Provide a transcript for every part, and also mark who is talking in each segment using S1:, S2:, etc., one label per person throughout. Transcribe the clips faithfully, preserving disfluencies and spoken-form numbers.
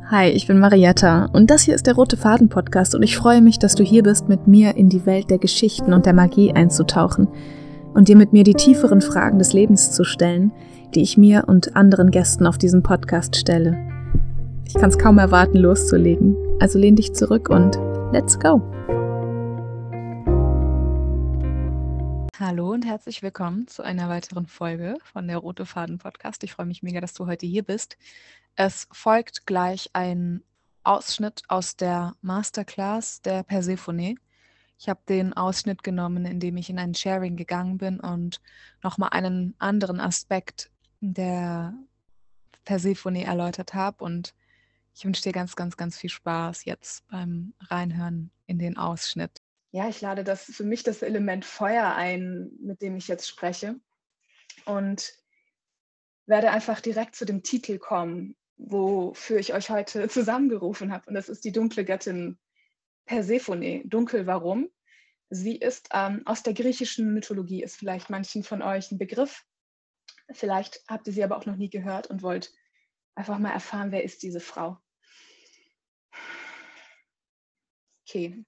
S1: Hi, ich bin Marietta und das hier ist der Rote Faden Podcast und ich freue mich, dass du hier bist, mit mir in die Welt der Geschichten und der Magie einzutauchen und dir mit mir die tieferen Fragen des Lebens zu stellen, die ich mir und anderen Gästen auf diesem Podcast stelle. Ich kann es kaum erwarten, loszulegen, also lehn dich zurück und let's go! Hallo und herzlich willkommen zu einer weiteren Folge von der Rote Faden Podcast. Ich freue mich mega, dass du heute hier bist. Es folgt gleich ein Ausschnitt aus der Masterclass der Persephone. Ich habe den Ausschnitt genommen, indem ich in ein Sharing gegangen bin und nochmal einen anderen Aspekt der Persephone erläutert habe. Und ich wünsche dir ganz, ganz, ganz viel Spaß jetzt beim Reinhören in den Ausschnitt. Ja, ich lade das für mich das Element Feuer ein, mit dem ich jetzt spreche. Und werde einfach direkt zu dem Titel kommen, wofür ich euch heute zusammengerufen habe. Und das ist die dunkle Göttin Persephone. Dunkel, warum? Sie ist ähm, aus der griechischen Mythologie, ist vielleicht manchen von euch ein Begriff. Vielleicht habt ihr sie aber auch noch nie gehört und wollt einfach mal erfahren, wer ist diese Frau. Okay.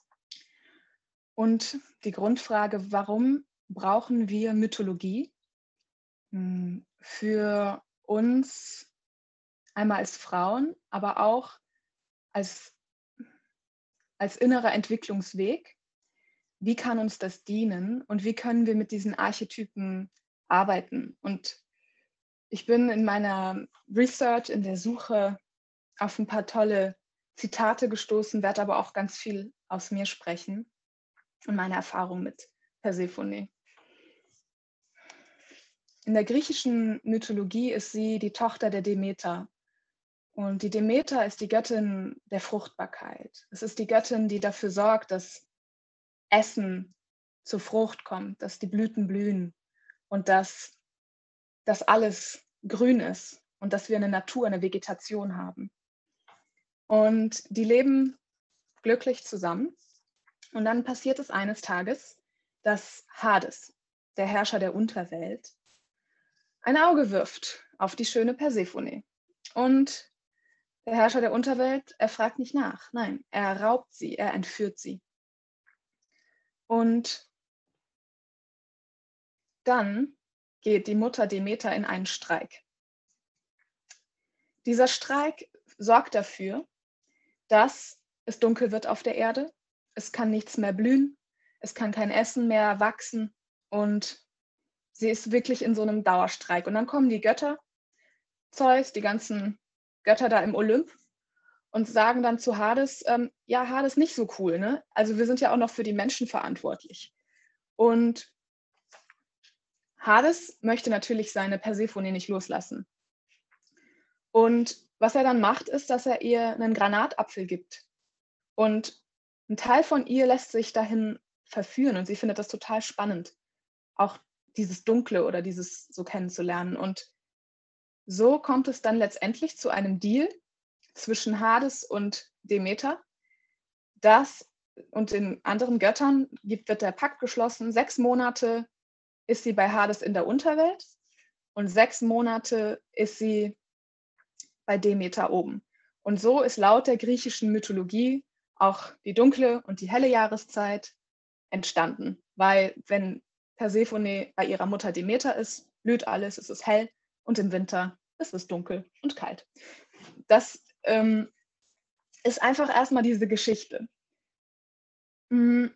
S1: Und die Grundfrage, warum brauchen wir Mythologie? Für uns einmal als Frauen, aber auch als, als innerer Entwicklungsweg. Wie kann uns das dienen und wie können wir mit diesen Archetypen arbeiten? Und ich bin in meiner Research, in der Suche auf ein paar tolle Zitate gestoßen, werde aber auch ganz viel aus mir sprechen und meine Erfahrung mit Persephone. In der griechischen Mythologie ist sie die Tochter der Demeter. Und die Demeter ist die Göttin der Fruchtbarkeit. Es ist die Göttin, die dafür sorgt, dass Essen zur Frucht kommt, dass die Blüten blühen und dass das alles grün ist und dass wir eine Natur, eine Vegetation haben. Und die leben glücklich zusammen. Und dann passiert es eines Tages, dass Hades, der Herrscher der Unterwelt, ein Auge wirft auf die schöne Persephone. Und der Herrscher der Unterwelt, er fragt nicht nach. Nein, er raubt sie, er entführt sie. Und dann geht die Mutter Demeter in einen Streik. Dieser Streik sorgt dafür, dass es dunkel wird auf der Erde. Es kann nichts mehr blühen, es kann kein Essen mehr wachsen und sie ist wirklich in so einem Dauerstreik. Und dann kommen die Götter, Zeus, die ganzen Götter da im Olymp und sagen dann zu Hades, ähm, ja, Hades nicht so cool, ne? Also wir sind ja auch noch für die Menschen verantwortlich. Und Hades möchte natürlich seine Persephone nicht loslassen. Und was er dann macht, ist, dass er ihr einen Granatapfel gibt. Und ein Teil von ihr lässt sich dahin verführen und sie findet das total spannend, auch dieses Dunkle oder dieses so kennenzulernen. Und so kommt es dann letztendlich zu einem Deal zwischen Hades und Demeter, das und den anderen Göttern gibt, wird der Pakt geschlossen. Sechs Monate ist sie bei Hades in der Unterwelt und sechs Monate ist sie bei Demeter oben. Und so ist laut der griechischen Mythologie auch die dunkle und die helle Jahreszeit entstanden. Weil wenn Persephone bei ihrer Mutter Demeter ist, blüht alles, es ist hell und im Winter ist es dunkel und kalt. Das ähm, ist einfach erstmal diese Geschichte. Mhm.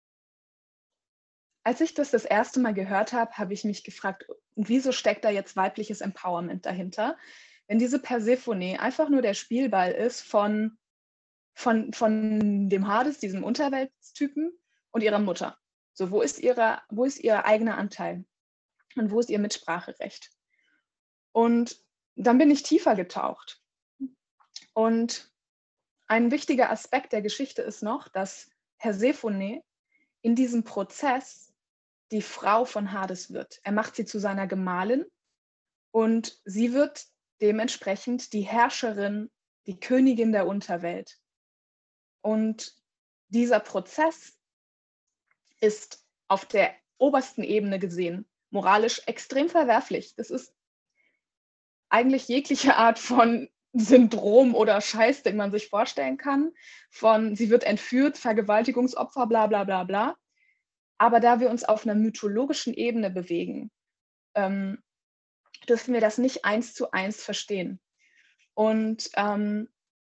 S1: Als ich das das erste Mal gehört habe, habe ich mich gefragt, wieso steckt da jetzt weibliches Empowerment dahinter? Wenn diese Persephone einfach nur der Spielball ist von, von, von dem Hades, diesem Unterweltstypen und ihrer Mutter. So, wo ist, ihre, wo ist ihr eigener Anteil? Und wo ist ihr Mitspracherecht? Und dann bin ich tiefer getaucht. Und ein wichtiger Aspekt der Geschichte ist noch, dass Persephone in diesem Prozess die Frau von Hades wird. Er macht sie zu seiner Gemahlin und sie wird dementsprechend die Herrscherin, die Königin der Unterwelt. Und dieser Prozess ist auf der obersten Ebene gesehen moralisch extrem verwerflich. Das ist eigentlich jegliche Art von Syndrom oder Scheiß, den man sich vorstellen kann, von sie wird entführt, Vergewaltigungsopfer, bla bla bla bla. Aber da wir uns auf einer mythologischen Ebene bewegen, ähm, dürfen wir das nicht eins zu eins verstehen. Und ähm,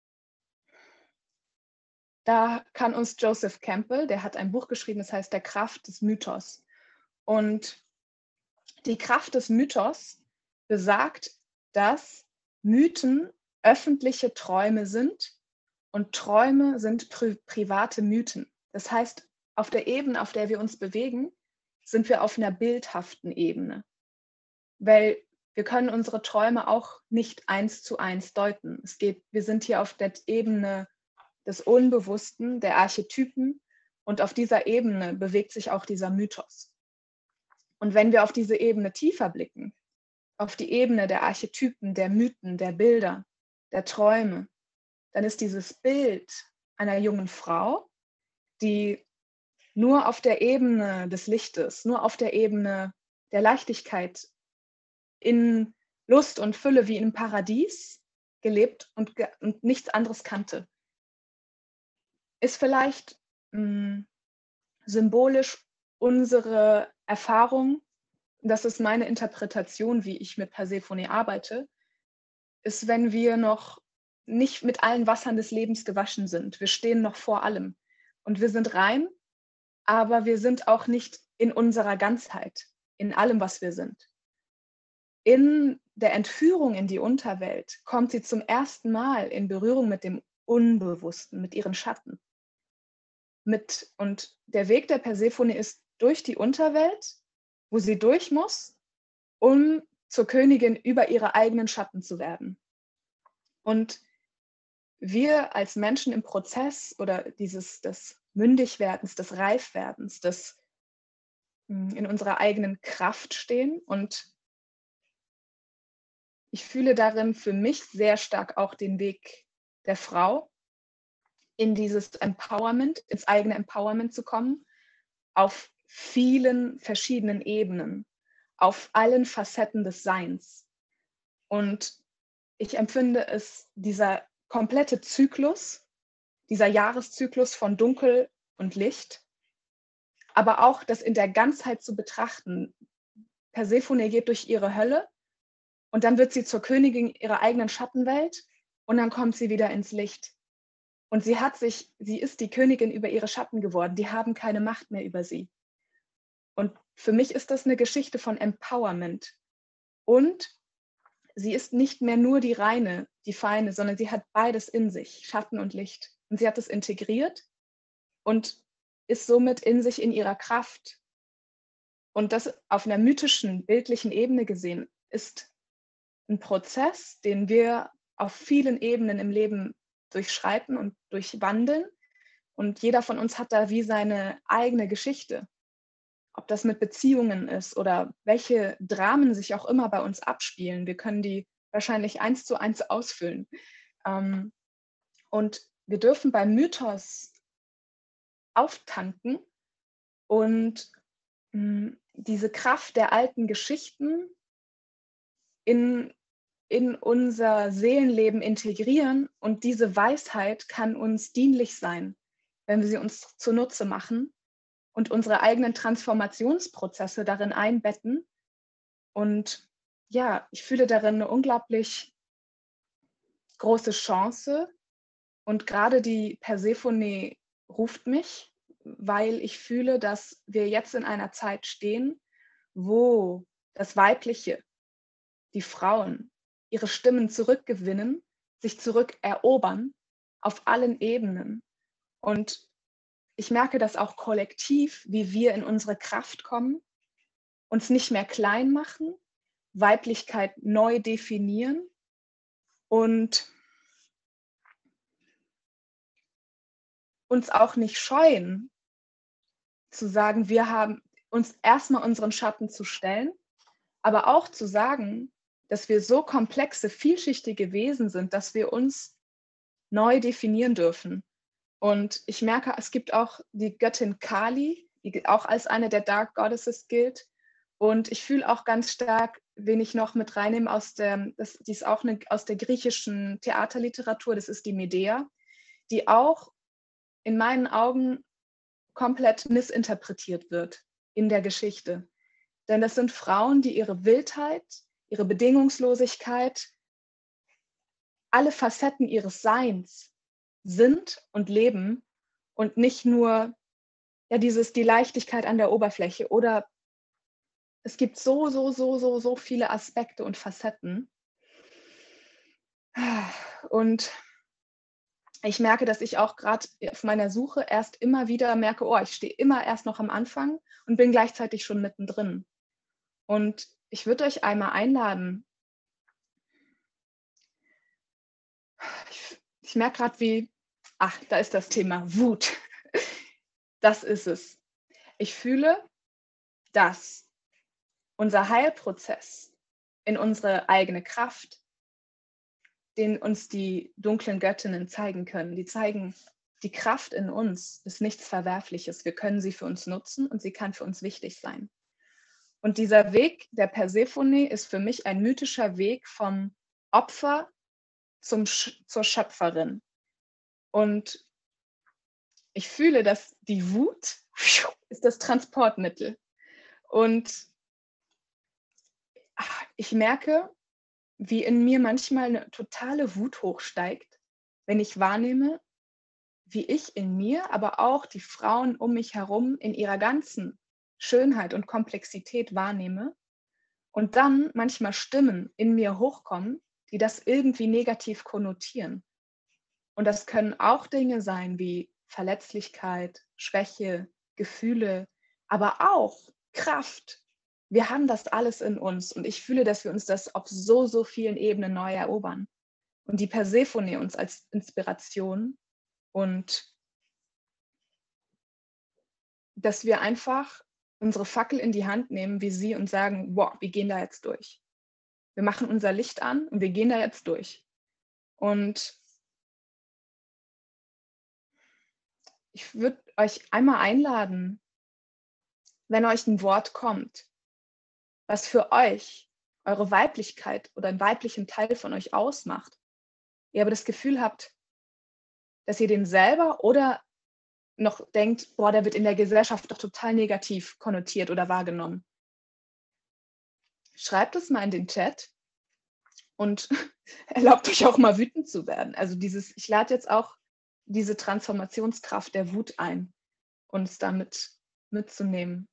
S1: da kann uns Joseph Campbell, der hat ein Buch geschrieben, das heißt Der Kraft des Mythos. Und die Kraft des Mythos besagt, dass Mythen öffentliche Träume sind und Träume sind pri private Mythen. Das heißt, auf der Ebene, auf der wir uns bewegen, sind wir auf einer bildhaften Ebene. Weil wir können unsere Träume auch nicht eins zu eins deuten. Es geht, wir sind hier auf der Ebene des Unbewussten, der Archetypen, und auf dieser Ebene bewegt sich auch dieser Mythos. Und wenn wir auf diese Ebene tiefer blicken, auf die Ebene der Archetypen, der Mythen, der Bilder, der Träume, dann ist dieses Bild einer jungen Frau, die nur auf der Ebene des Lichtes, nur auf der Ebene der Leichtigkeit, in Lust und Fülle wie im Paradies gelebt und, ge und nichts anderes kannte. Ist vielleicht mh, symbolisch unsere Erfahrung, das ist meine Interpretation, wie ich mit Persephone arbeite, ist, wenn wir noch nicht mit allen Wassern des Lebens gewaschen sind. Wir stehen noch vor allem und wir sind rein, aber wir sind auch nicht in unserer Ganzheit, in allem, was wir sind. In der Entführung in die Unterwelt kommt sie zum ersten Mal in Berührung mit dem Unbewussten, mit ihren Schatten. Mit, und der Weg der Persephone ist durch die Unterwelt, wo sie durch muss, um zur Königin über ihre eigenen Schatten zu werden. Und wir als Menschen im Prozess oder dieses des Mündigwerdens, des Reifwerdens, des in unserer eigenen Kraft stehen. Und ich fühle darin für mich sehr stark auch den Weg der Frau, in dieses Empowerment, ins eigene Empowerment zu kommen, auf vielen verschiedenen Ebenen, auf allen Facetten des Seins. Und ich empfinde es, dieser komplette Zyklus, dieser Jahreszyklus von Dunkel und Licht, aber auch das in der Ganzheit zu betrachten. Persephone geht durch ihre Hölle und dann wird sie zur Königin ihrer eigenen Schattenwelt und dann kommt sie wieder ins Licht. Und sie hat sich, sie ist die Königin über ihre Schatten geworden. Die haben keine Macht mehr über sie. Und für mich ist das eine Geschichte von Empowerment. Und sie ist nicht mehr nur die reine, die feine, sondern sie hat beides in sich, Schatten und Licht. Und sie hat es integriert und ist somit in sich, in ihrer Kraft. Und das auf einer mythischen, bildlichen Ebene gesehen, ist ein Prozess, den wir auf vielen Ebenen im Leben durchschreiten und durchwandeln. Und jeder von uns hat da wie seine eigene Geschichte. Ob das mit Beziehungen ist oder welche Dramen sich auch immer bei uns abspielen. Wir können die wahrscheinlich eins zu eins ausfüllen. Und wir dürfen beim Mythos auftanken und diese Kraft der alten Geschichten in, in unser Seelenleben integrieren. Und diese Weisheit kann uns dienlich sein, wenn wir sie uns zunutze machen und unsere eigenen Transformationsprozesse darin einbetten. Und ja, ich fühle darin eine unglaublich große Chance. Und gerade die Persephone ruft mich, weil ich fühle, dass wir jetzt in einer Zeit stehen, wo das Weibliche, die Frauen, ihre Stimmen zurückgewinnen, sich zurückerobern auf allen Ebenen. Und ich merke das auch kollektiv, wie wir in unsere Kraft kommen, uns nicht mehr klein machen, Weiblichkeit neu definieren und uns auch nicht scheuen, zu sagen, wir haben uns erstmal unseren Schatten zu stellen, aber auch zu sagen, dass wir so komplexe, vielschichtige Wesen sind, dass wir uns neu definieren dürfen. Und ich merke, es gibt auch die Göttin Kali, die auch als eine der Dark Goddesses gilt. Und ich fühle auch ganz stark, wen ich noch mit reinnehme aus der, das, die ist auch eine, aus der griechischen Theaterliteratur, das ist die Medea, die auch in meinen Augen komplett missinterpretiert wird in der Geschichte. Denn das sind Frauen, die ihre Wildheit, ihre Bedingungslosigkeit, alle Facetten ihres Seins sind und leben und nicht nur ja, dieses, die Leichtigkeit an der Oberfläche. Oder es gibt so, so, so, so, so viele Aspekte und Facetten. Und ich merke, dass ich auch gerade auf meiner Suche erst immer wieder merke, oh, ich stehe immer erst noch am Anfang und bin gleichzeitig schon mittendrin. Und ich würde euch einmal einladen. Ich, ich merke gerade, wie, ach, da ist das Thema Wut. Das ist es. Ich fühle, dass unser Heilprozess in unsere eigene Kraft, den uns die dunklen Göttinnen zeigen können, die zeigen, die Kraft in uns ist nichts Verwerfliches. Wir können sie für uns nutzen und sie kann für uns wichtig sein. Und dieser Weg der Persephone ist für mich ein mythischer Weg vom Opfer zum, zur Schöpferin. Und ich fühle, dass die Wut ist das Transportmittel. Und ich merke, wie in mir manchmal eine totale Wut hochsteigt, wenn ich wahrnehme, wie ich in mir, aber auch die Frauen um mich herum in ihrer ganzen Schönheit und Komplexität wahrnehme und dann manchmal Stimmen in mir hochkommen, die das irgendwie negativ konnotieren. Und das können auch Dinge sein wie Verletzlichkeit, Schwäche, Gefühle, aber auch Kraft. Wir haben das alles in uns und ich fühle, dass wir uns das auf so, so vielen Ebenen neu erobern. Und die Persephone uns als Inspiration und dass wir einfach unsere Fackel in die Hand nehmen wie sie und sagen, wow, wir gehen da jetzt durch. Wir machen unser Licht an und wir gehen da jetzt durch. Und ich würde euch einmal einladen, wenn euch ein Wort kommt, was für euch eure Weiblichkeit oder einen weiblichen Teil von euch ausmacht, ihr aber das Gefühl habt, dass ihr den selber oder noch denkt, boah, der wird in der Gesellschaft doch total negativ konnotiert oder wahrgenommen. Schreibt es mal in den Chat und erlaubt euch auch mal wütend zu werden. Also dieses, ich lade jetzt auch diese Transformationskraft der Wut ein, uns damit mitzunehmen.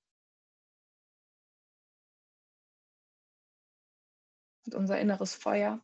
S1: Und unser inneres Feuer.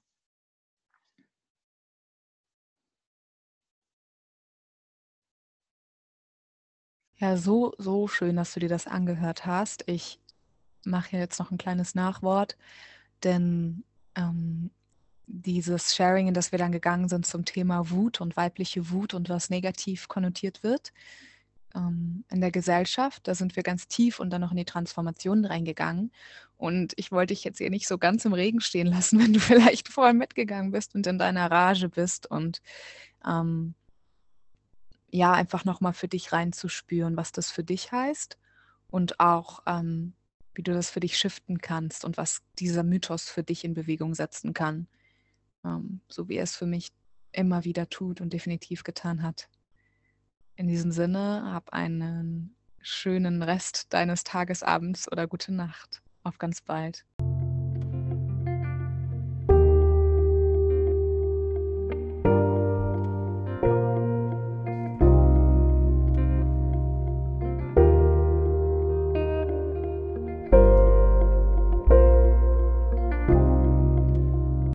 S2: Ja, so, so schön, dass du dir das angehört hast. Ich mache jetzt noch ein kleines Nachwort, denn ähm, dieses Sharing, in das wir dann gegangen sind zum Thema Wut und weibliche Wut und was negativ konnotiert wird ähm, in der Gesellschaft, da sind wir ganz tief und dann noch in die Transformation reingegangen. Und ich wollte dich jetzt hier nicht so ganz im Regen stehen lassen, wenn du vielleicht voll mitgegangen bist und in deiner Rage bist und ähm, ja, einfach nochmal für dich reinzuspüren, was das für dich heißt und auch, ähm, wie du das für dich shiften kannst und was dieser Mythos für dich in Bewegung setzen kann, ähm, so wie er es für mich immer wieder tut und definitiv getan hat. In diesem Sinne, hab einen schönen Rest deines Tages, Abends oder gute Nacht. Auf ganz bald.